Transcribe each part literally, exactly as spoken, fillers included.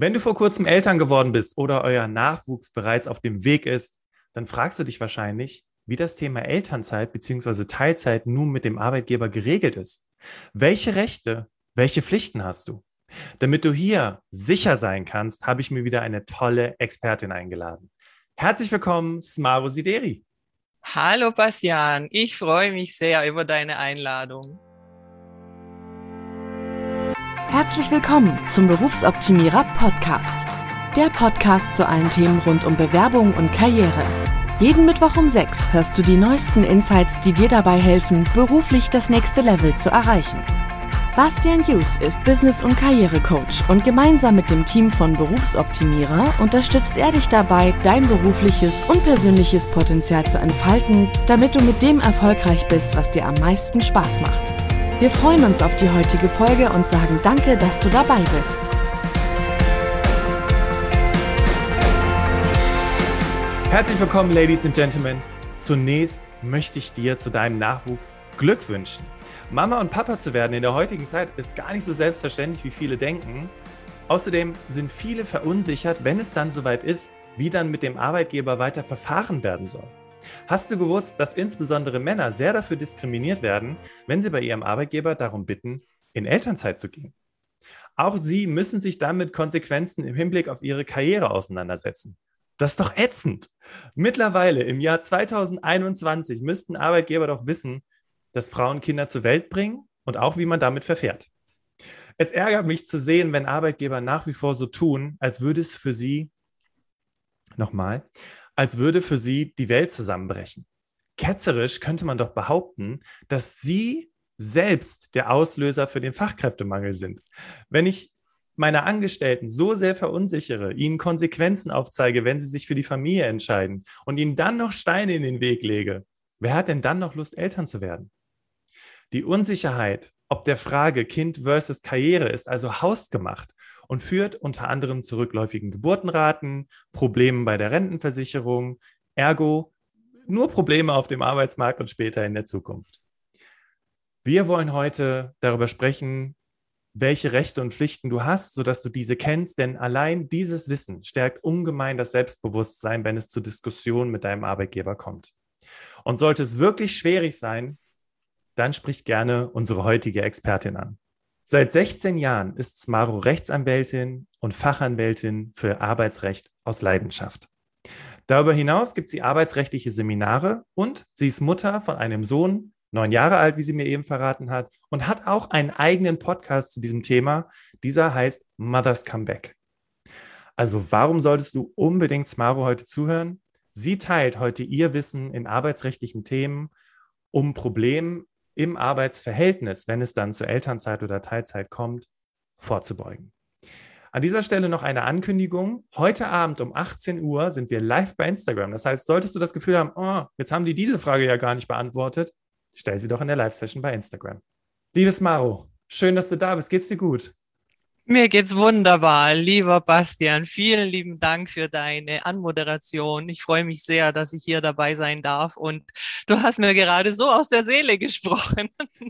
Wenn du vor kurzem Eltern geworden bist oder euer Nachwuchs bereits auf dem Weg ist, dann fragst du dich wahrscheinlich, wie das Thema Elternzeit bzw. Teilzeit nun mit dem Arbeitgeber geregelt ist. Welche Rechte, welche Pflichten hast du? Damit du hier sicher sein kannst, habe ich mir wieder eine tolle Expertin eingeladen. Herzlich willkommen, Smaro Sideri. Hallo Bastian, ich freue mich sehr über deine Einladung. Herzlich willkommen zum Berufsoptimierer Podcast. Der Podcast zu allen Themen rund um Bewerbung und Karriere. Jeden Mittwoch um sechs hörst du die neuesten Insights, die dir dabei helfen, beruflich das nächste Level zu erreichen. Bastian Hughes ist Business- und Karrierecoach und gemeinsam mit dem Team von Berufsoptimierer unterstützt er dich dabei, dein berufliches und persönliches Potenzial zu entfalten, damit du mit dem erfolgreich bist, was dir am meisten Spaß macht. Wir freuen uns auf die heutige Folge und sagen danke, dass du dabei bist. Herzlich willkommen, Ladies and Gentlemen. Zunächst möchte ich dir zu deinem Nachwuchs Glück wünschen. Mama und Papa zu werden in der heutigen Zeit ist gar nicht so selbstverständlich, wie viele denken. Außerdem sind viele verunsichert, wenn es dann soweit ist, wie dann mit dem Arbeitgeber weiter verfahren werden soll. Hast du gewusst, dass insbesondere Männer sehr dafür diskriminiert werden, wenn sie bei ihrem Arbeitgeber darum bitten, in Elternzeit zu gehen? Auch sie müssen sich dann mit Konsequenzen im Hinblick auf ihre Karriere auseinandersetzen. Das ist doch ätzend. Mittlerweile im Jahr zweitausendeinundzwanzig müssten Arbeitgeber doch wissen, dass Frauen Kinder zur Welt bringen und auch, wie man damit verfährt. Es ärgert mich zu sehen, wenn Arbeitgeber nach wie vor so tun, als würde es für sie, nochmal, als würde für sie die Welt zusammenbrechen. Ketzerisch könnte man doch behaupten, dass sie selbst der Auslöser für den Fachkräftemangel sind. Wenn ich meine Angestellten so sehr verunsichere, ihnen Konsequenzen aufzeige, wenn sie sich für die Familie entscheiden und ihnen dann noch Steine in den Weg lege, wer hat denn dann noch Lust, Eltern zu werden? Die Unsicherheit ob der Frage Kind versus Karriere ist also hausgemacht und führt unter anderem zu rückläufigen Geburtenraten, Problemen bei der Rentenversicherung, ergo nur Probleme auf dem Arbeitsmarkt und später in der Zukunft. Wir wollen heute darüber sprechen, welche Rechte und Pflichten du hast, sodass du diese kennst, denn allein dieses Wissen stärkt ungemein das Selbstbewusstsein, wenn es zu Diskussionen mit deinem Arbeitgeber kommt. Und sollte es wirklich schwierig sein, dann sprich gerne unsere heutige Expertin an. Seit sechzehn Jahren ist Smaro Rechtsanwältin und Fachanwältin für Arbeitsrecht aus Leidenschaft. Darüber hinaus gibt sie arbeitsrechtliche Seminare und sie ist Mutter von einem Sohn, neun Jahre alt, wie sie mir eben verraten hat, und hat auch einen eigenen Podcast zu diesem Thema. Dieser heißt Mother's Comeback. Also warum solltest du unbedingt Smaro heute zuhören? Sie teilt heute ihr Wissen in arbeitsrechtlichen Themen, um Problemen im Arbeitsverhältnis, wenn es dann zur Elternzeit oder Teilzeit kommt, vorzubeugen. An dieser Stelle noch eine Ankündigung. Heute Abend um achtzehn Uhr sind wir live bei Instagram. Das heißt, solltest du das Gefühl haben, oh, jetzt haben die diese Frage ja gar nicht beantwortet, stell sie doch in der Live-Session bei Instagram. Liebes Smaro, schön, dass du da bist. Geht's dir gut? Mir geht's wunderbar, lieber Bastian. Vielen lieben Dank für deine Anmoderation. Ich freue mich sehr, dass ich hier dabei sein darf und du hast mir gerade so aus der Seele gesprochen.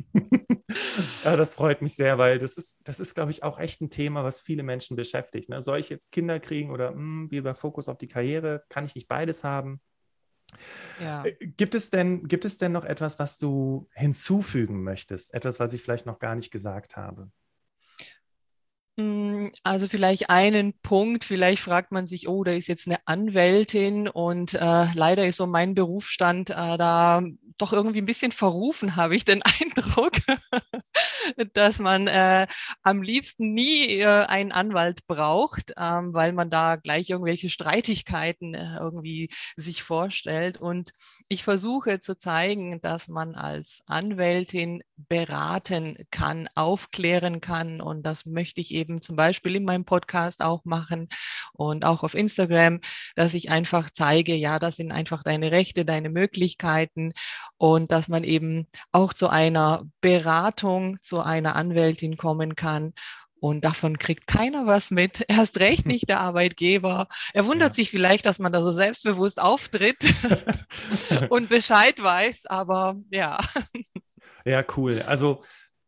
Ja, das freut mich sehr, weil das ist, das ist, glaube ich, auch echt ein Thema, was viele Menschen beschäftigt. Ne? Soll ich jetzt Kinder kriegen oder mh, wie bei Fokus auf die Karriere? Kann ich nicht beides haben? Ja. Gibt es denn, gibt es denn noch etwas, was du hinzufügen möchtest? Etwas, was ich vielleicht noch gar nicht gesagt habe? Also vielleicht einen Punkt, vielleicht fragt man sich, oh, da ist jetzt eine Anwältin und äh, leider ist so mein Berufsstand äh, da doch irgendwie ein bisschen verrufen, habe ich den Eindruck, dass man äh, am liebsten nie äh, einen Anwalt braucht, ähm, weil man da gleich irgendwelche Streitigkeiten äh, irgendwie sich vorstellt. Und ich versuche zu zeigen, dass man als Anwältin beraten kann, aufklären kann, und das möchte ich eben zum Beispiel in meinem Podcast auch machen und auch auf Instagram, dass ich einfach zeige, ja, das sind einfach deine Rechte, deine Möglichkeiten und dass man eben auch zu einer Beratung, zu einer Anwältin kommen kann. Und davon kriegt keiner was mit, erst recht nicht der Arbeitgeber. Er wundert ja. sich vielleicht, dass man da so selbstbewusst auftritt und Bescheid weiß, aber ja. Ja, cool. Also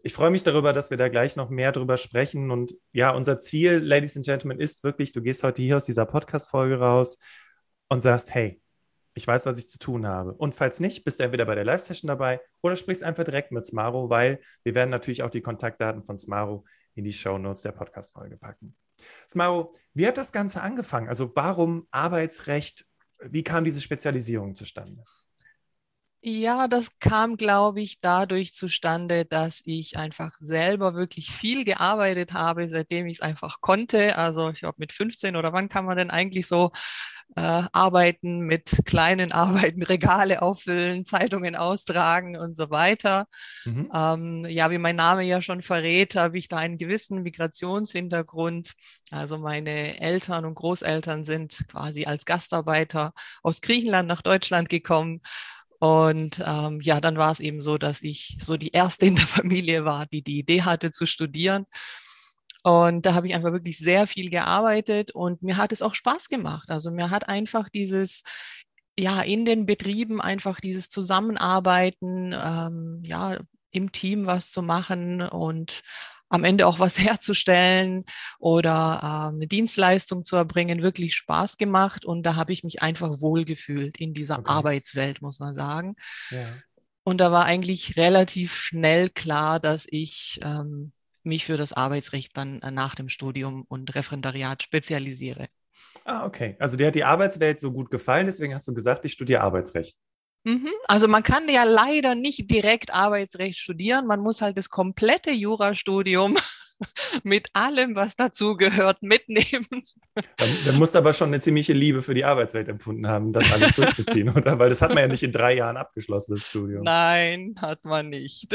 Ich freue mich darüber, dass wir da gleich noch mehr drüber sprechen. Und ja, unser Ziel, Ladies and Gentlemen, ist wirklich, du gehst heute hier aus dieser Podcast-Folge raus und sagst, hey, ich weiß, was ich zu tun habe. Und falls nicht, bist du entweder bei der Live-Session dabei oder sprichst einfach direkt mit Smaro, weil wir werden natürlich auch die Kontaktdaten von Smaro in die Shownotes der Podcast-Folge packen. Smaro, wie hat das Ganze angefangen? Also warum Arbeitsrecht? Wie kam diese Spezialisierung zustande? Ja, das kam, glaube ich, dadurch zustande, dass ich einfach selber wirklich viel gearbeitet habe, seitdem ich es einfach konnte. Also ich glaube mit fünfzehn oder wann kann man denn eigentlich so äh, arbeiten, mit kleinen Arbeiten, Regale auffüllen, Zeitungen austragen und so weiter. Mhm. Ähm, ja, wie mein Name ja schon verrät, habe ich da einen gewissen Migrationshintergrund. Also meine Eltern und Großeltern sind quasi als Gastarbeiter aus Griechenland nach Deutschland gekommen. Und ähm, ja, dann war es eben so, dass ich so die erste in der Familie war, die die Idee hatte zu studieren. Und da habe ich einfach wirklich sehr viel gearbeitet und mir hat es auch Spaß gemacht. Also mir hat einfach dieses, ja, in den Betrieben einfach dieses Zusammenarbeiten, ähm, ja, im Team was zu machen und am Ende auch was herzustellen oder äh, eine Dienstleistung zu erbringen, wirklich Spaß gemacht. Und da habe ich mich einfach wohlgefühlt in dieser Okay. Arbeitswelt, muss man sagen. Ja. Und da war eigentlich relativ schnell klar, dass ich ähm, mich für das Arbeitsrecht dann äh, nach dem Studium und Referendariat spezialisiere. Ah, okay. Also dir hat die Arbeitswelt so gut gefallen, deswegen hast du gesagt, ich studiere Arbeitsrecht. Mhm. Also man kann ja leider nicht direkt Arbeitsrecht studieren. Man muss halt das komplette Jurastudium mit allem, was dazugehört, mitnehmen. Dann, dann musst du aber schon eine ziemliche Liebe für die Arbeitswelt empfunden haben, das alles durchzuziehen, oder? Weil das hat man ja nicht in drei Jahren abgeschlossen, das Studium. Nein, hat man nicht.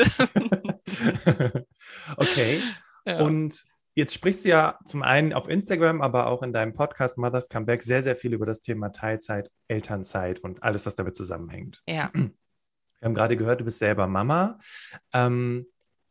Okay. Ja. Und jetzt sprichst du ja zum einen auf Instagram, aber auch in deinem Podcast Mothers Come Back sehr, sehr viel über das Thema Teilzeit, Elternzeit und alles, was damit zusammenhängt. Ja. Wir haben gerade gehört, du bist selber Mama. Ähm,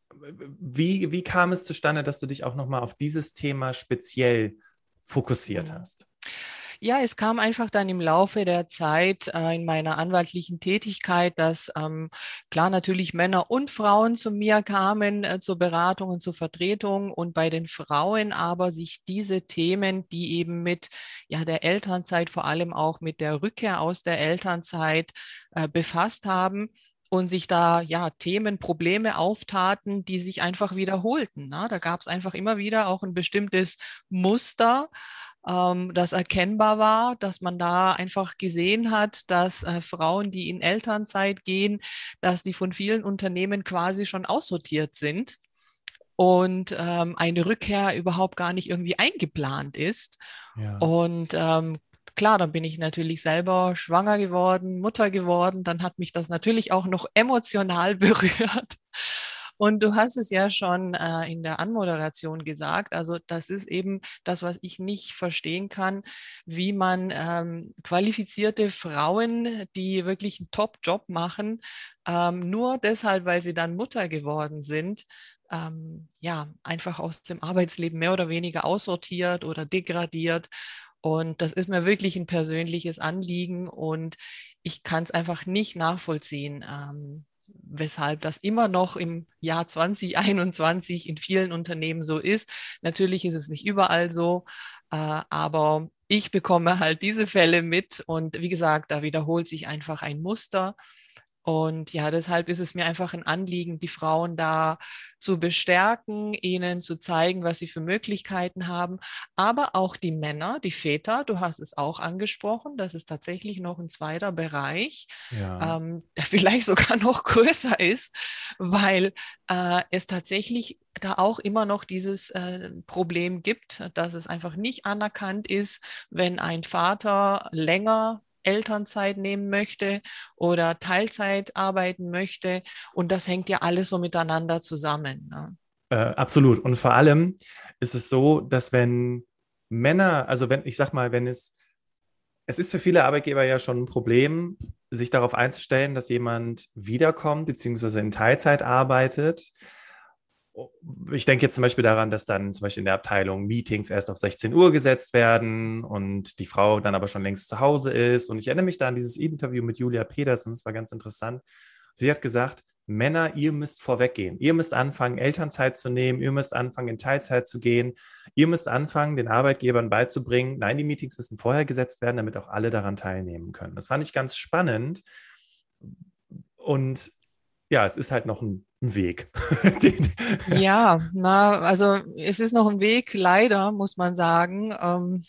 wie, wie kam es zustande, dass du dich auch nochmal auf dieses Thema speziell fokussiert hast? Ja, es kam einfach dann im Laufe der Zeit äh, in meiner anwaltlichen Tätigkeit, dass ähm, klar natürlich Männer und Frauen zu mir kamen äh, zur Beratung und zur Vertretung und bei den Frauen aber sich diese Themen, die eben mit ja, der Elternzeit, vor allem auch mit der Rückkehr aus der Elternzeit äh, befasst haben. Und sich da ja Themen, Probleme auftaten, die sich einfach wiederholten. Ne? Da gab es einfach immer wieder auch ein bestimmtes Muster, ähm, das erkennbar war, dass man da einfach gesehen hat, dass äh, Frauen, die in Elternzeit gehen, dass die von vielen Unternehmen quasi schon aussortiert sind und ähm, eine Rückkehr überhaupt gar nicht irgendwie eingeplant ist. Ja. Und ähm, klar, dann bin ich natürlich selber schwanger geworden, Mutter geworden. Dann hat mich das natürlich auch noch emotional berührt. Und du hast es ja schon äh, in der Anmoderation gesagt. Also das ist eben das, was ich nicht verstehen kann, wie man ähm, qualifizierte Frauen, die wirklich einen Top-Job machen, ähm, nur deshalb, weil sie dann Mutter geworden sind, ähm, ja, einfach aus dem Arbeitsleben mehr oder weniger aussortiert oder degradiert. Und das ist mir wirklich ein persönliches Anliegen und ich kann es einfach nicht nachvollziehen, ähm, weshalb das immer noch im Jahr zwanzig einundzwanzig in vielen Unternehmen so ist. Natürlich ist es nicht überall so, äh, aber ich bekomme halt diese Fälle mit und wie gesagt, da wiederholt sich einfach ein Muster. Und ja, deshalb ist es mir einfach ein Anliegen, die Frauen da zu bestärken, ihnen zu zeigen, was sie für Möglichkeiten haben. Aber auch die Männer, die Väter, du hast es auch angesprochen, das ist tatsächlich noch ein zweiter Bereich, Ja. ähm, der vielleicht sogar noch größer ist, weil äh, es tatsächlich da auch immer noch dieses äh, Problem gibt, dass es einfach nicht anerkannt ist, wenn ein Vater länger Elternzeit nehmen möchte oder Teilzeit arbeiten möchte. Und das hängt ja alles so miteinander zusammen. Ne? Äh, absolut. Und vor allem ist es so, dass wenn Männer, also wenn, ich sag mal, wenn es, es ist für viele Arbeitgeber ja schon ein Problem, sich darauf einzustellen, dass jemand wiederkommt, beziehungsweise in Teilzeit arbeitet. Ich denke jetzt zum Beispiel daran, dass dann zum Beispiel in der Abteilung Meetings erst auf sechzehn Uhr gesetzt werden und die Frau dann aber schon längst zu Hause ist. Und ich erinnere mich da an dieses Interview mit Julia Pedersen, das war ganz interessant. Sie hat gesagt, Männer, ihr müsst vorweggehen. Ihr müsst anfangen, Elternzeit zu nehmen. Ihr müsst anfangen, in Teilzeit zu gehen. Ihr müsst anfangen, den Arbeitgebern beizubringen, nein, die Meetings müssen vorher gesetzt werden, damit auch alle daran teilnehmen können. Das fand ich ganz spannend. Und ja, es ist halt noch ein, ein Weg. Ja, na, also es ist noch ein Weg, leider, muss man sagen. Ähm,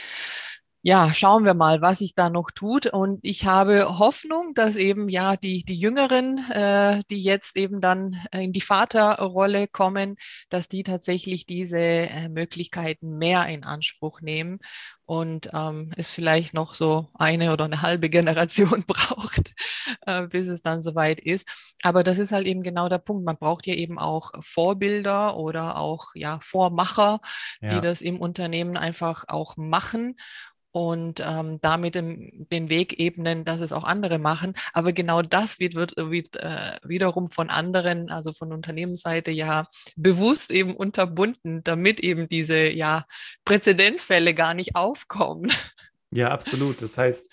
ja, schauen wir mal, was sich da noch tut. Und ich habe Hoffnung, dass eben ja die, die Jüngeren, äh, die jetzt eben dann in die Vaterrolle kommen, dass die tatsächlich diese äh, Möglichkeiten mehr in Anspruch nehmen und ähm, es vielleicht noch so eine oder eine halbe Generation braucht, äh, bis es dann soweit ist. Aber das ist halt eben genau der Punkt. Man braucht ja eben auch Vorbilder oder auch ja Vormacher, die Ja. das im Unternehmen einfach auch machen und ähm, damit im, den Weg ebnen, dass es auch andere machen. Aber genau das wird, wird, wird äh, wiederum von anderen, also von Unternehmensseite ja bewusst eben unterbunden, damit eben diese ja Präzedenzfälle gar nicht aufkommen. Ja, absolut. Das heißt,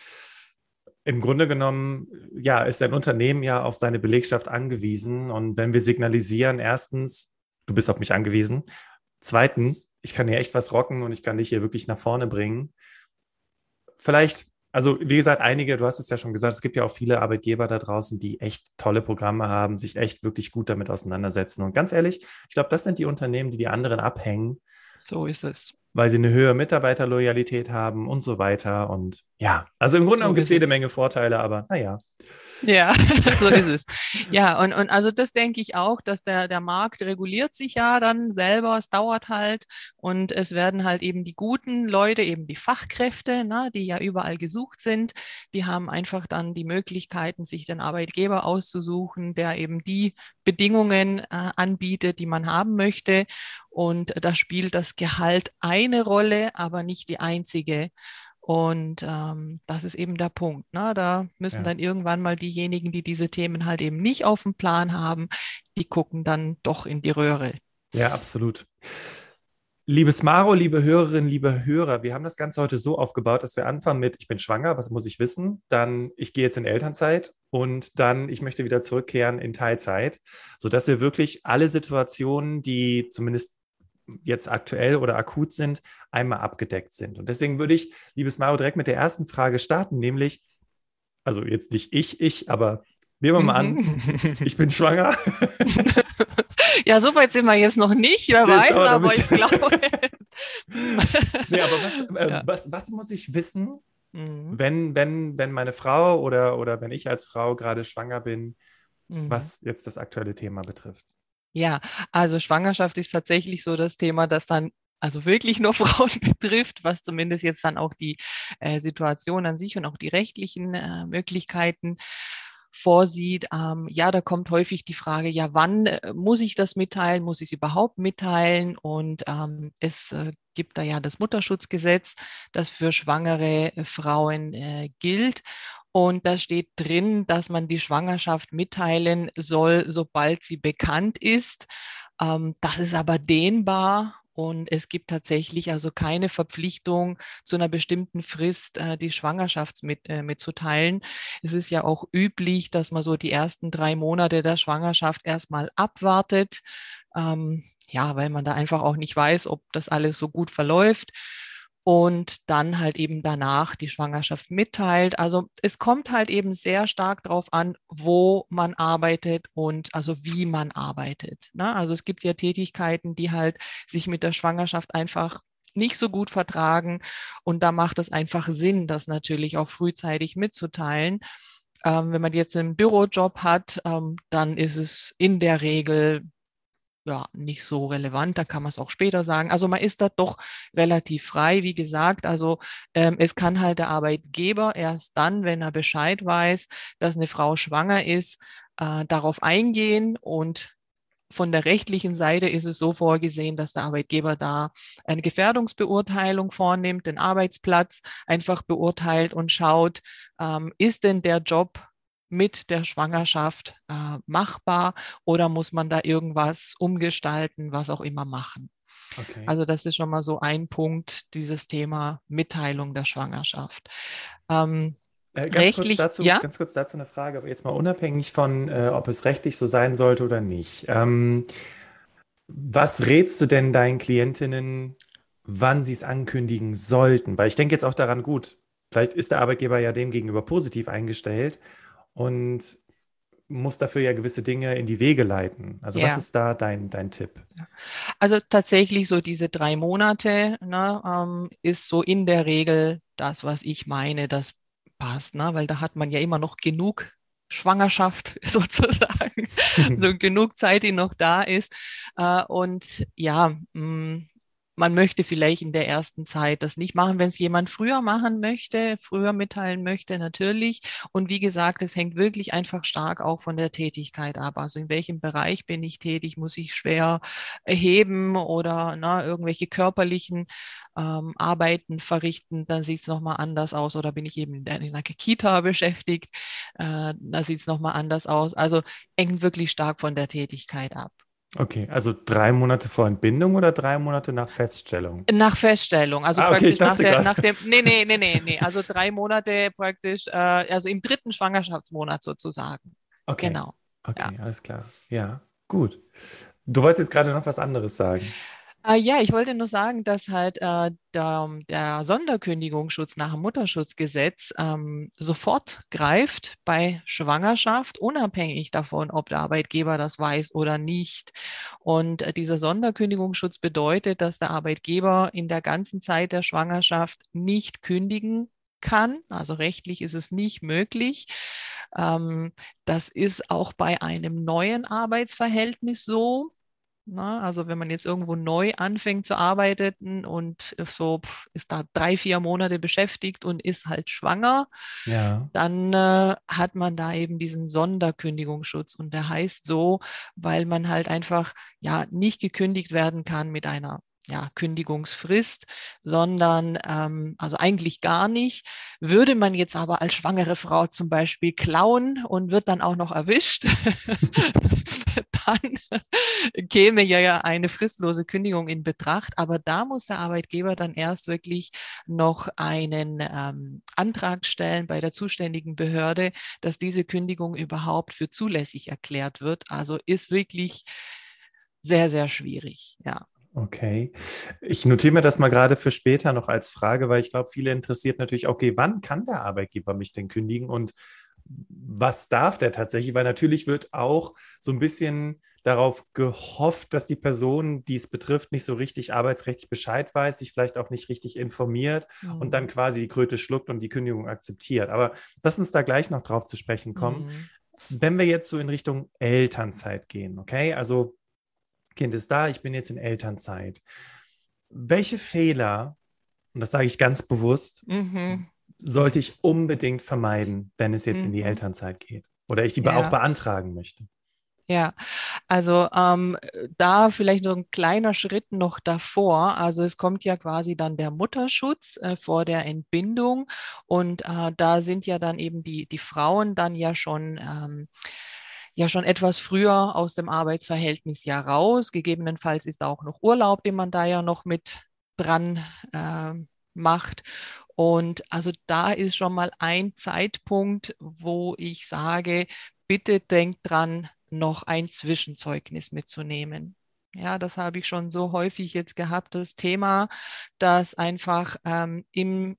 im Grunde genommen, ja, ist ein Unternehmen ja auf seine Belegschaft angewiesen. Und wenn wir signalisieren, erstens, du bist auf mich angewiesen. Zweitens, ich kann hier echt was rocken und ich kann dich hier wirklich nach vorne bringen. Vielleicht, also wie gesagt, einige, du hast es ja schon gesagt, es gibt ja auch viele Arbeitgeber da draußen, die echt tolle Programme haben, sich echt wirklich gut damit auseinandersetzen. Und ganz ehrlich, ich glaube, das sind die Unternehmen, die die anderen abhängen. So ist es. Weil sie eine höhere Mitarbeiterloyalität haben und so weiter. Und ja, also im Grunde So genommen gibt es ist jede es. Menge Vorteile, aber naja. Ja, so ist es. Ja, und, und also das denke ich auch, dass der, der Markt reguliert sich ja dann selber, es dauert halt und es werden halt eben die guten Leute, eben die Fachkräfte, ne, die ja überall gesucht sind, die haben einfach dann die Möglichkeiten, sich den Arbeitgeber auszusuchen, der eben die Bedingungen äh, anbietet, die man haben möchte. Und da spielt das Gehalt eine Rolle, aber nicht die einzige. Und ähm, das ist eben der Punkt. Ne? Da müssen Ja. dann irgendwann mal diejenigen, die diese Themen halt eben nicht auf dem Plan haben, die gucken dann doch in die Röhre. Ja, absolut. Liebes Maro, liebe Hörerinnen, liebe Hörer, wir haben das Ganze heute so aufgebaut, dass wir anfangen mit, ich bin schwanger, was muss ich wissen? Dann, ich gehe jetzt in Elternzeit und dann, ich möchte wieder zurückkehren in Teilzeit, sodass wir wirklich alle Situationen, die zumindest jetzt aktuell oder akut sind, einmal abgedeckt sind. Und deswegen würde ich, liebes Maro, direkt mit der ersten Frage starten, nämlich, also jetzt nicht ich, ich, aber nehmen wir mal an, ich bin schwanger. Ja, so weit sind wir jetzt noch nicht, wer Das weiß, dauert noch ein aber ich glaube. Nee, aber was, äh, Ja. was, was muss ich wissen, Mhm. wenn, wenn, wenn meine Frau oder, oder wenn ich als Frau gerade schwanger bin, Mhm. was jetzt das aktuelle Thema betrifft? Ja, also Schwangerschaft ist tatsächlich so das Thema, das dann also wirklich nur Frauen betrifft, was zumindest jetzt dann auch die äh, Situation an sich und auch die rechtlichen äh, Möglichkeiten vorsieht. Ähm, ja, da kommt häufig die Frage, ja, wann äh, muss ich das mitteilen? Muss ich es überhaupt mitteilen? Und ähm, es äh, gibt da ja das Mutterschutzgesetz, das für schwangere äh, Frauen äh, gilt. Und da steht drin, dass man die Schwangerschaft mitteilen soll, sobald sie bekannt ist. Ähm, das ist aber dehnbar und es gibt tatsächlich also keine Verpflichtung, zu einer bestimmten Frist äh, die Schwangerschaft mit, äh, mitzuteilen. Es ist ja auch üblich, dass man so die ersten drei Monate der Schwangerschaft erstmal abwartet. Ähm, ja, weil man da einfach auch nicht weiß, ob das alles so gut verläuft. Und dann halt eben danach die Schwangerschaft mitteilt. Also es kommt halt eben sehr stark darauf an, wo man arbeitet und also wie man arbeitet. Ne? Also es gibt ja Tätigkeiten, die halt sich mit der Schwangerschaft einfach nicht so gut vertragen. Und da macht es einfach Sinn, das natürlich auch frühzeitig mitzuteilen. Ähm, wenn man jetzt einen Bürojob hat, ähm, dann ist es in der Regel ja, nicht so relevant, da kann man es auch später sagen. Also man ist da doch relativ frei, wie gesagt. Also ähm, es kann halt der Arbeitgeber erst dann, wenn er Bescheid weiß, dass eine Frau schwanger ist, äh, darauf eingehen. Und von der rechtlichen Seite ist es so vorgesehen, dass der Arbeitgeber da eine Gefährdungsbeurteilung vornimmt, den Arbeitsplatz einfach beurteilt und schaut, ähm, ist denn der Job mit der Schwangerschaft äh, machbar oder muss man da irgendwas umgestalten, was auch immer machen. Okay. Also das ist schon mal so ein Punkt, dieses Thema Mitteilung der Schwangerschaft. Ähm, Äh, ganz kurz Rechtlich, dazu, ja, ganz kurz dazu eine Frage, aber jetzt mal unabhängig von, äh, ob es rechtlich so sein sollte oder nicht. Ähm, was rätst du denn deinen Klientinnen, wann sie es ankündigen sollten? Weil ich denke jetzt auch daran, gut, vielleicht ist der Arbeitgeber ja dem gegenüber positiv eingestellt und muss dafür ja gewisse Dinge in die Wege leiten. Also was ja. ist da dein, dein Tipp? Also tatsächlich so diese drei Monate, ne, ähm, ist so in der Regel das, was ich meine, das passt, ne, weil da hat man ja immer noch genug Schwangerschaft sozusagen, so genug Zeit, die noch da ist. Äh, und ja, mh, man möchte vielleicht in der ersten Zeit das nicht machen, wenn es jemand früher machen möchte, früher mitteilen möchte, natürlich. Und wie gesagt, es hängt wirklich einfach stark auch von der Tätigkeit ab. Also in welchem Bereich bin ich tätig? Muss ich schwer heben oder na, irgendwelche körperlichen ähm, Arbeiten verrichten? Dann sieht es nochmal anders aus. Oder bin ich eben in, der, in einer Kita beschäftigt? Äh, da sieht es nochmal anders aus. Also hängt wirklich stark von der Tätigkeit ab. Okay, also drei Monate vor Entbindung oder drei Monate nach Feststellung? Nach Feststellung, also Ah, okay, ich praktisch nach dachte der, gerade. nach dem, nee, nee, nee, nee, nee, also drei Monate praktisch, äh, also im dritten Schwangerschaftsmonat sozusagen. Okay, Genau. Ja. okay, alles klar. Ja, gut. Du wolltest jetzt gerade noch was anderes sagen. Äh, ja, ich wollte nur sagen, dass halt äh, der, der Sonderkündigungsschutz nach dem Mutterschutzgesetz ähm, sofort greift bei Schwangerschaft, unabhängig davon, ob der Arbeitgeber das weiß oder nicht. Und äh, dieser Sonderkündigungsschutz bedeutet, dass der Arbeitgeber in der ganzen Zeit der Schwangerschaft nicht kündigen kann. Also rechtlich ist es nicht möglich. Ähm, das ist auch bei einem neuen Arbeitsverhältnis so. Na, also wenn man jetzt irgendwo neu anfängt zu arbeiten und so pf, ist da drei, vier Monate beschäftigt und ist halt schwanger, Ja, dann äh, hat man da eben diesen Sonderkündigungsschutz. Und der heißt so, weil man halt einfach ja nicht gekündigt werden kann mit einer ja, Kündigungsfrist, sondern ähm, also eigentlich gar nicht. Würde man jetzt aber als schwangere Frau zum Beispiel klauen und wird dann auch noch erwischt, dann käme ja ja eine fristlose Kündigung in Betracht. Aber da muss der Arbeitgeber dann erst wirklich noch einen ähm, Antrag stellen bei der zuständigen Behörde, dass diese Kündigung überhaupt für zulässig erklärt wird. Also ist wirklich sehr, sehr schwierig, ja. okay. Ich notiere mir das mal gerade für später noch als Frage, weil ich glaube, viele interessiert natürlich, okay, wann kann der Arbeitgeber mich denn kündigen und was darf der tatsächlich? Weil natürlich wird auch so ein bisschen darauf gehofft, dass die Person, die es betrifft, nicht so richtig arbeitsrechtlich Bescheid weiß, sich vielleicht auch nicht richtig informiert und dann Mhm. quasi die Kröte schluckt und die Kündigung akzeptiert. Aber lass uns da gleich noch drauf zu sprechen kommen. Mhm. Wenn wir jetzt so in Richtung Elternzeit gehen, okay? Also Kind ist da, ich bin jetzt in Elternzeit. Welche Fehler, und das sage ich ganz bewusst, Mhm. sollte ich unbedingt vermeiden, wenn es jetzt in die Mhm. Elternzeit geht? Oder ich die be- auch Ja, beantragen möchte? ja. Also ähm, da vielleicht noch ein kleiner Schritt noch davor. Also es kommt ja quasi dann der Mutterschutz äh, vor der Entbindung und äh, da sind ja dann eben die, die Frauen dann ja schon ähm, ja schon etwas früher aus dem Arbeitsverhältnis ja raus. Gegebenenfalls ist auch noch Urlaub, den man da ja noch mit dran äh, macht. Und also da ist schon mal ein Zeitpunkt, wo ich sage, bitte denkt dran, noch ein Zwischenzeugnis mitzunehmen. Ja, das habe ich schon so häufig jetzt gehabt, das Thema, dass einfach ähm, im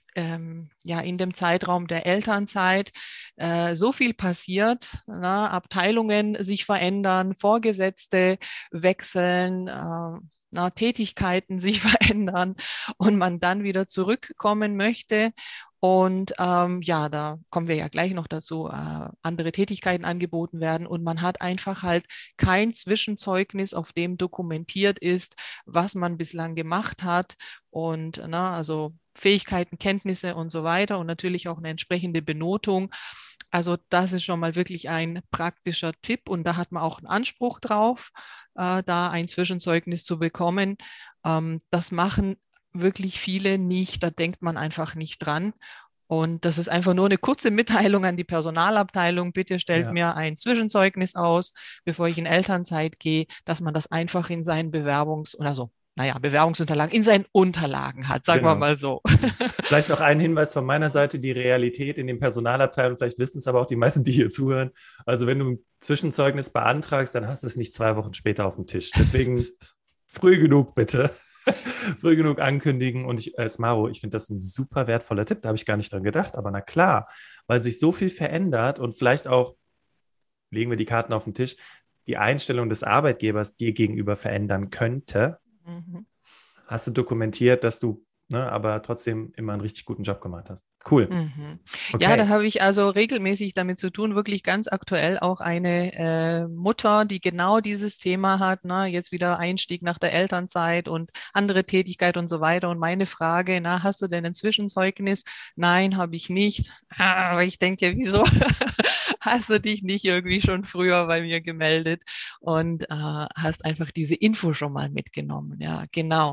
ähm, ja, in dem Zeitraum der Elternzeit äh, so viel passiert, na, Abteilungen sich verändern, Vorgesetzte wechseln, äh, na, Tätigkeiten sich verändern und man dann wieder zurückkommen möchte. Und ähm, ja, da kommen wir ja gleich noch dazu, äh, andere Tätigkeiten angeboten werden und man hat einfach halt kein Zwischenzeugnis, auf dem dokumentiert ist, was man bislang gemacht hat und na, also Fähigkeiten, Kenntnisse und so weiter und natürlich auch eine entsprechende Benotung. Also das ist schon mal wirklich ein praktischer Tipp und da hat man auch einen Anspruch drauf, äh, da ein Zwischenzeugnis zu bekommen. Ähm, das machen wirklich viele nicht, da denkt man einfach nicht dran. Und das ist einfach nur eine kurze Mitteilung an die Personalabteilung. Bitte stellt Ja, mir ein Zwischenzeugnis aus, bevor ich in Elternzeit gehe, dass man das einfach in seinen Bewerbungs- oder so naja, Bewerbungsunterlagen in seinen Unterlagen hat, sagen Genau. wir mal so. Vielleicht noch ein Hinweis von meiner Seite, die Realität in den Personalabteilungen, vielleicht wissen es aber auch die meisten, die hier zuhören. Also wenn du ein Zwischenzeugnis beantragst, dann hast du es nicht zwei Wochen später auf dem Tisch. Deswegen früh genug bitte, früh genug ankündigen. Und ich, äh, Smaro, ich finde das ein super wertvoller Tipp, da habe ich gar nicht dran gedacht, aber na klar, weil sich so viel verändert und vielleicht auch, legen wir die Karten auf den Tisch, die Einstellung des Arbeitgebers dir gegenüber verändern könnte. Mhm. Hast du dokumentiert, dass du ne, aber trotzdem immer einen richtig guten Job gemacht hast. Cool. Mhm. Okay. Ja, da habe ich also regelmäßig damit zu tun, wirklich ganz aktuell auch eine äh, Mutter, die genau dieses Thema hat, ne, jetzt wieder Einstieg nach der Elternzeit und andere Tätigkeit und so weiter. Und meine Frage, na, hast du denn ein Zwischenzeugnis? Nein, habe ich nicht. Aber ich denke, wieso hast du dich nicht irgendwie schon früher bei mir gemeldet und äh, hast einfach diese Info schon mal mitgenommen? Ja, genau.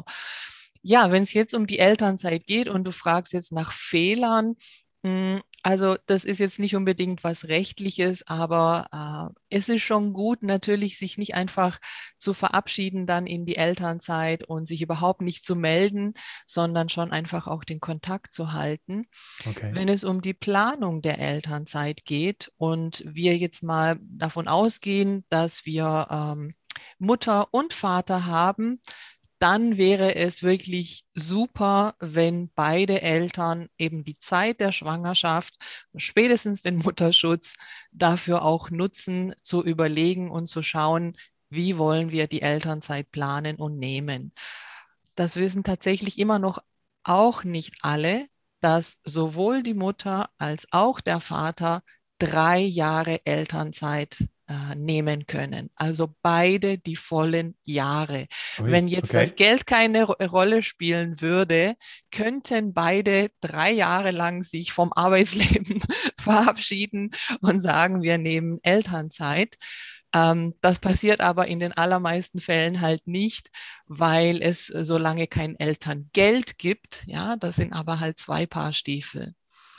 Ja, wenn es jetzt um die Elternzeit geht und du fragst jetzt nach Fehlern, mh, also das ist jetzt nicht unbedingt was Rechtliches, aber äh, es ist schon gut, natürlich sich nicht einfach zu verabschieden dann in die Elternzeit und sich überhaupt nicht zu melden, sondern schon einfach auch den Kontakt zu halten. Okay. Wenn es um die Planung der Elternzeit geht und wir jetzt mal davon ausgehen, dass wir ähm, Mutter und Vater haben, dann wäre es wirklich super, wenn beide Eltern eben die Zeit der Schwangerschaft, spätestens den Mutterschutz, dafür auch nutzen, zu überlegen und zu schauen, wie wollen wir die Elternzeit planen und nehmen. Das wissen tatsächlich immer noch auch nicht alle, dass sowohl die Mutter als auch der Vater drei Jahre Elternzeit äh, nehmen können. Also beide die vollen Jahre. Ui, Wenn jetzt okay. das Geld keine Ro- Rolle spielen würde, könnten beide drei Jahre lang sich vom Arbeitsleben verabschieden und sagen, wir nehmen Elternzeit. Ähm, das passiert aber in den allermeisten Fällen halt nicht, weil es äh, so lange kein Elterngeld gibt. Ja, das sind aber halt zwei Paar Stiefel.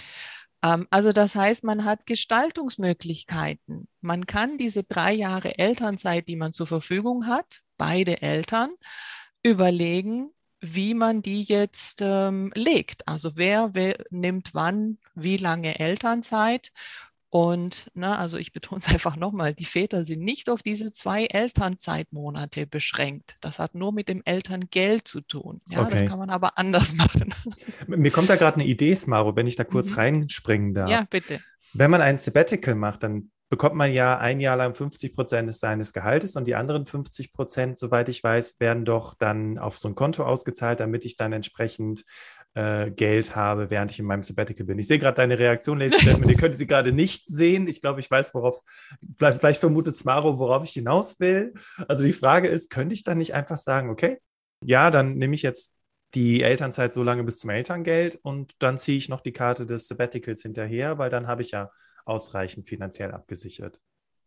Ähm, also das heißt, man hat Gestaltungsmöglichkeiten. Man kann diese drei Jahre Elternzeit, die man zur Verfügung hat, beide Eltern, überlegen, wie man die jetzt ähm, legt. Also wer, wer nimmt wann, wie lange Elternzeit. Und na, also ich betone es einfach nochmal, die Väter sind nicht auf diese zwei Elternzeitmonate beschränkt. Das hat nur mit dem Elterngeld zu tun. Ja, das Okay. kann man aber anders machen. Mir kommt da gerade eine Idee, Smaro, wenn ich da kurz Mhm. reinspringen darf. Ja, bitte. Wenn man ein Sabbatical macht, dann bekommt man ja ein Jahr lang fünfzig Prozent seines Gehaltes und die anderen fünfzig Prozent, soweit ich weiß, werden doch dann auf so ein Konto ausgezahlt, damit ich dann entsprechend äh, Geld habe, während ich in meinem Sabbatical bin. Ich sehe gerade deine Reaktion, Ladies and Gentlemen, ihr könnt sie gerade nicht sehen. Ich glaube, ich weiß, worauf, vielleicht, vielleicht vermutet Smaro, worauf ich hinaus will. Also die Frage ist, könnte ich dann nicht einfach sagen, okay, ja, dann nehme ich jetzt die Elternzeit so lange bis zum Elterngeld und dann ziehe ich noch die Karte des Sabbaticals hinterher, weil dann habe ich ja ausreichend finanziell abgesichert.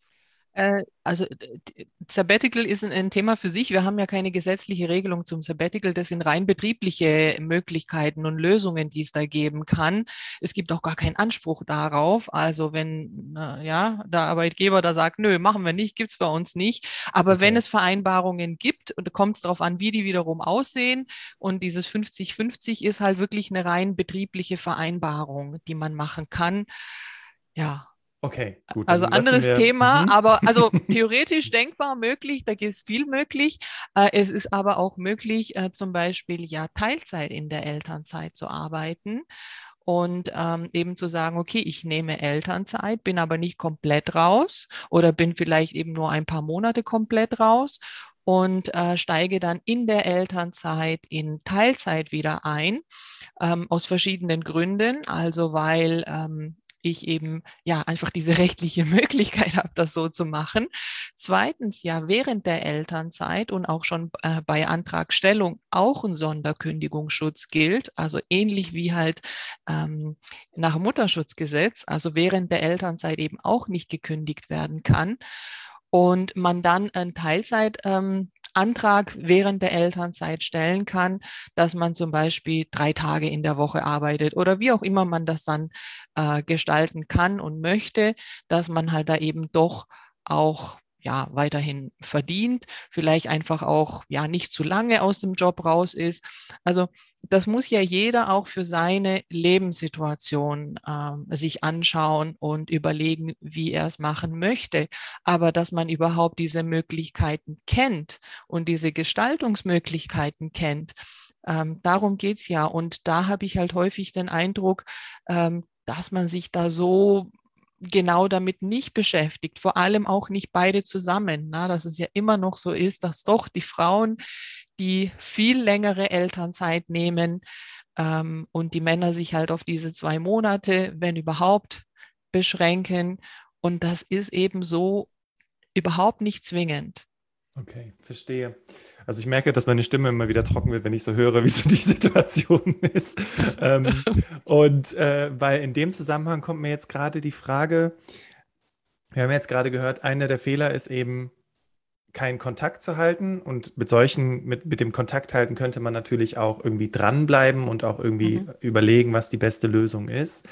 Äh, also d- Sabbatical ist ein, ein Thema für sich. Wir haben ja keine gesetzliche Regelung zum Sabbatical. Das sind rein betriebliche Möglichkeiten und Lösungen, die es da geben kann. Es gibt auch gar keinen Anspruch darauf. Also wenn na, ja, der Arbeitgeber da sagt, nö, machen wir nicht, gibt es bei uns nicht. Aber Okay. wenn es Vereinbarungen gibt, und kommt es darauf an, wie die wiederum aussehen. Und dieses fünfzig fünfzig ist halt wirklich eine rein betriebliche Vereinbarung, die man machen kann. Ja. Okay, gut. Also Dann lassen anderes wir, Thema, mhm. aber also theoretisch denkbar möglich, da ist viel möglich. Äh, es ist aber auch möglich, äh, zum Beispiel ja Teilzeit in der Elternzeit zu arbeiten und ähm, eben zu sagen, okay, ich nehme Elternzeit, bin aber nicht komplett raus oder bin vielleicht eben nur ein paar Monate komplett raus und äh, steige dann in der Elternzeit in Teilzeit wieder ein, ähm, aus verschiedenen Gründen. Also weil ähm, ich eben ja einfach diese rechtliche Möglichkeit habe, das so zu machen. Zweitens ja während der Elternzeit und auch schon äh, bei Antragstellung auch ein Sonderkündigungsschutz gilt, also ähnlich wie halt ähm, nach dem Mutterschutzgesetz, also während der Elternzeit eben auch nicht gekündigt werden kann und man dann einen Teilzeitantrag ähm, während der Elternzeit stellen kann, dass man zum Beispiel drei Tage in der Woche arbeitet oder wie auch immer man das dann äh, gestalten kann und möchte, dass man halt da eben doch auch ja, weiterhin verdient, vielleicht einfach auch ja nicht zu lange aus dem Job raus ist. Also das muss ja jeder auch für seine Lebenssituation ähm, sich anschauen und überlegen, wie er es machen möchte. Aber dass man überhaupt diese Möglichkeiten kennt und diese Gestaltungsmöglichkeiten kennt, ähm, darum geht's ja. Und da habe ich halt häufig den Eindruck, ähm, dass man sich da so genau damit nicht beschäftigt, vor allem auch nicht beide zusammen, na, dass es ja immer noch so ist, dass doch die Frauen, die viel längere Elternzeit nehmen ähm, und die Männer sich halt auf diese zwei Monate, wenn überhaupt, beschränken. Und das ist eben so überhaupt nicht zwingend. Okay, verstehe. Also ich merke, dass meine Stimme immer wieder trocken wird, wenn ich so höre, wie so die Situation ist. ähm, und äh, weil in dem Zusammenhang kommt mir jetzt gerade die Frage, wir haben jetzt gerade gehört, einer der Fehler ist eben, keinen Kontakt zu halten. Und mit solchen, mit, mit dem Kontakt halten könnte man natürlich auch irgendwie dranbleiben und auch irgendwie mhm. überlegen, was die beste Lösung ist.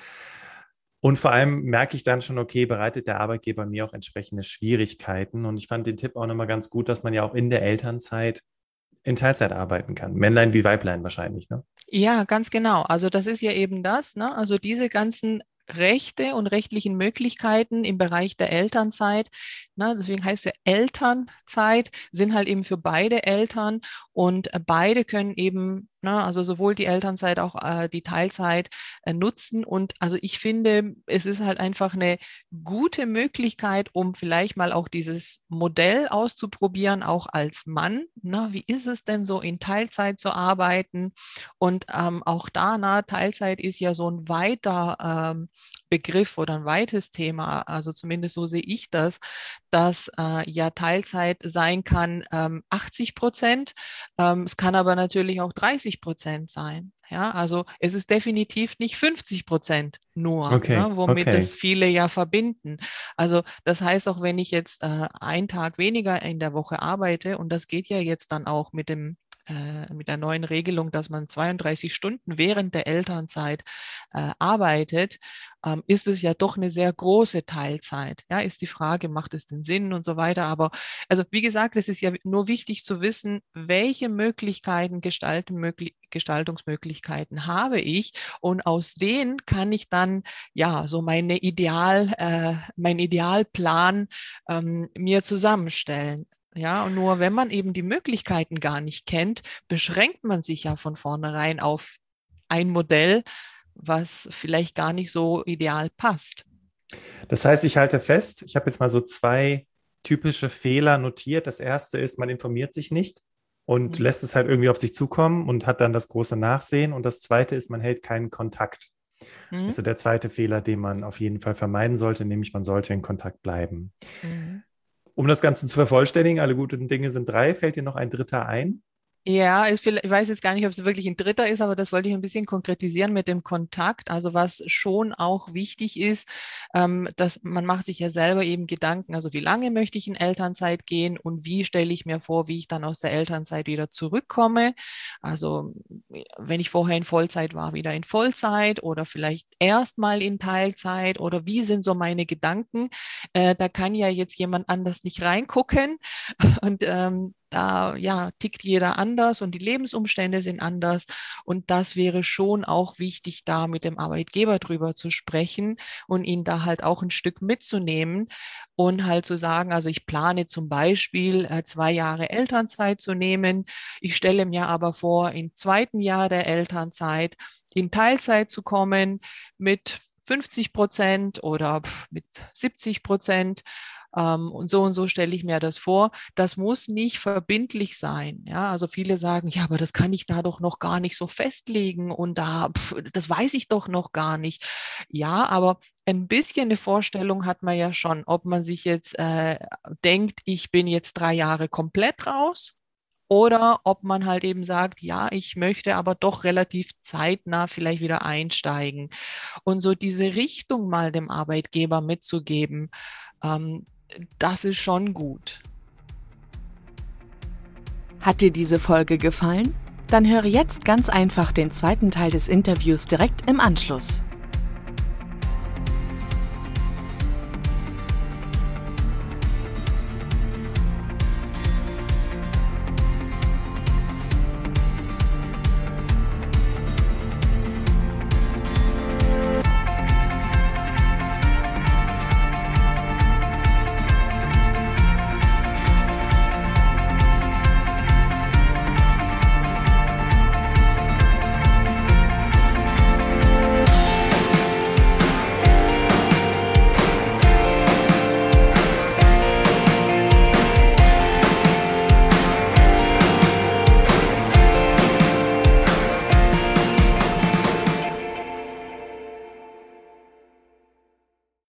Und vor allem merke ich dann schon, okay, bereitet der Arbeitgeber mir auch entsprechende Schwierigkeiten. Und ich fand den Tipp auch nochmal ganz gut, dass man ja auch in der Elternzeit in Teilzeit arbeiten kann. Männlein wie Weiblein wahrscheinlich, ne? Ja, ganz genau. Also das ist ja eben das, ne? Also diese ganzen Rechte und rechtlichen Möglichkeiten im Bereich der Elternzeit, ne, deswegen heißt es Elternzeit, sind halt eben für beide Eltern und beide können eben, ne, also sowohl die Elternzeit auch äh, die Teilzeit äh, nutzen und also ich finde, es ist halt einfach eine gute Möglichkeit, um vielleicht mal auch dieses Modell auszuprobieren, auch als Mann, ne, wie ist es denn so in Teilzeit zu arbeiten und ähm, auch da, na, Teilzeit ist ja so ein weiter ähm, Begriff oder ein weites Thema, also zumindest so sehe ich das, dass äh, ja Teilzeit sein kann ähm, achtzig Prozent, ähm, es kann aber natürlich auch dreißig Prozent sein. Ja, also es ist definitiv nicht fünfzig Prozent nur, okay, ne, womit okay. das viele ja verbinden. Also das heißt, auch wenn ich jetzt äh, einen Tag weniger in der Woche arbeite, und das geht ja jetzt dann auch mit dem mit der neuen Regelung, dass man zweiunddreißig Stunden während der Elternzeit äh, arbeitet, ähm, ist es ja doch eine sehr große Teilzeit. Ja, ist die Frage, macht es den Sinn und so weiter. Aber also wie gesagt, es ist ja nur wichtig zu wissen, welche Möglichkeiten, Gestalten, Gestaltungsmöglichkeiten habe ich und aus denen kann ich dann ja so meine Ideal, äh, mein Idealplan ähm, mir zusammenstellen. Ja, und nur wenn man eben die Möglichkeiten gar nicht kennt, beschränkt man sich ja von vornherein auf ein Modell, was vielleicht gar nicht so ideal passt. Das heißt, ich halte fest, ich habe jetzt mal so zwei typische Fehler notiert. Das erste ist, man informiert sich nicht und mhm. lässt es halt irgendwie auf sich zukommen und hat dann das große Nachsehen. Und das zweite ist, man hält keinen Kontakt. Mhm. Das ist der zweite Fehler, den man auf jeden Fall vermeiden sollte, nämlich man sollte in Kontakt bleiben. Mhm. Um das Ganze zu vervollständigen, alle guten Dinge sind drei, fällt dir noch ein dritter ein? Ja, ich weiß jetzt gar nicht, ob es wirklich ein dritter ist, aber das wollte ich ein bisschen konkretisieren mit dem Kontakt. Also was schon auch wichtig ist, ähm, dass man macht sich ja selber eben Gedanken, also wie lange möchte ich in Elternzeit gehen und wie stelle ich mir vor, wie ich dann aus der Elternzeit wieder zurückkomme. Also wenn ich vorher in Vollzeit war, wieder in Vollzeit oder vielleicht erstmal in Teilzeit oder wie sind so meine Gedanken. Äh, da kann ja jetzt jemand anders nicht reingucken und ähm, da ja, tickt jeder anders und die Lebensumstände sind anders. Und das wäre schon auch wichtig, da mit dem Arbeitgeber drüber zu sprechen und ihn da halt auch ein Stück mitzunehmen und halt zu sagen, also ich plane zum Beispiel äh, zwei Jahre Elternzeit zu nehmen. Ich stelle mir aber vor, im zweiten Jahr der Elternzeit in Teilzeit zu kommen mit fünfzig Prozent oder mit siebzig Prozent. Um, und so und so stelle ich mir das vor. Das muss nicht verbindlich sein. Ja, also viele sagen, ja, aber das kann ich da doch noch gar nicht so festlegen und da, pf, das weiß ich doch noch gar nicht. Ja, aber ein bisschen eine Vorstellung hat man ja schon, ob man sich jetzt äh, denkt, ich bin jetzt drei Jahre komplett raus. Oder ob man halt eben sagt, ja, ich möchte aber doch relativ zeitnah vielleicht wieder einsteigen. Und so diese Richtung mal dem Arbeitgeber mitzugeben, ähm, das ist schon gut. Hat dir diese Folge gefallen? Dann höre jetzt ganz einfach den zweiten Teil des Interviews direkt im Anschluss.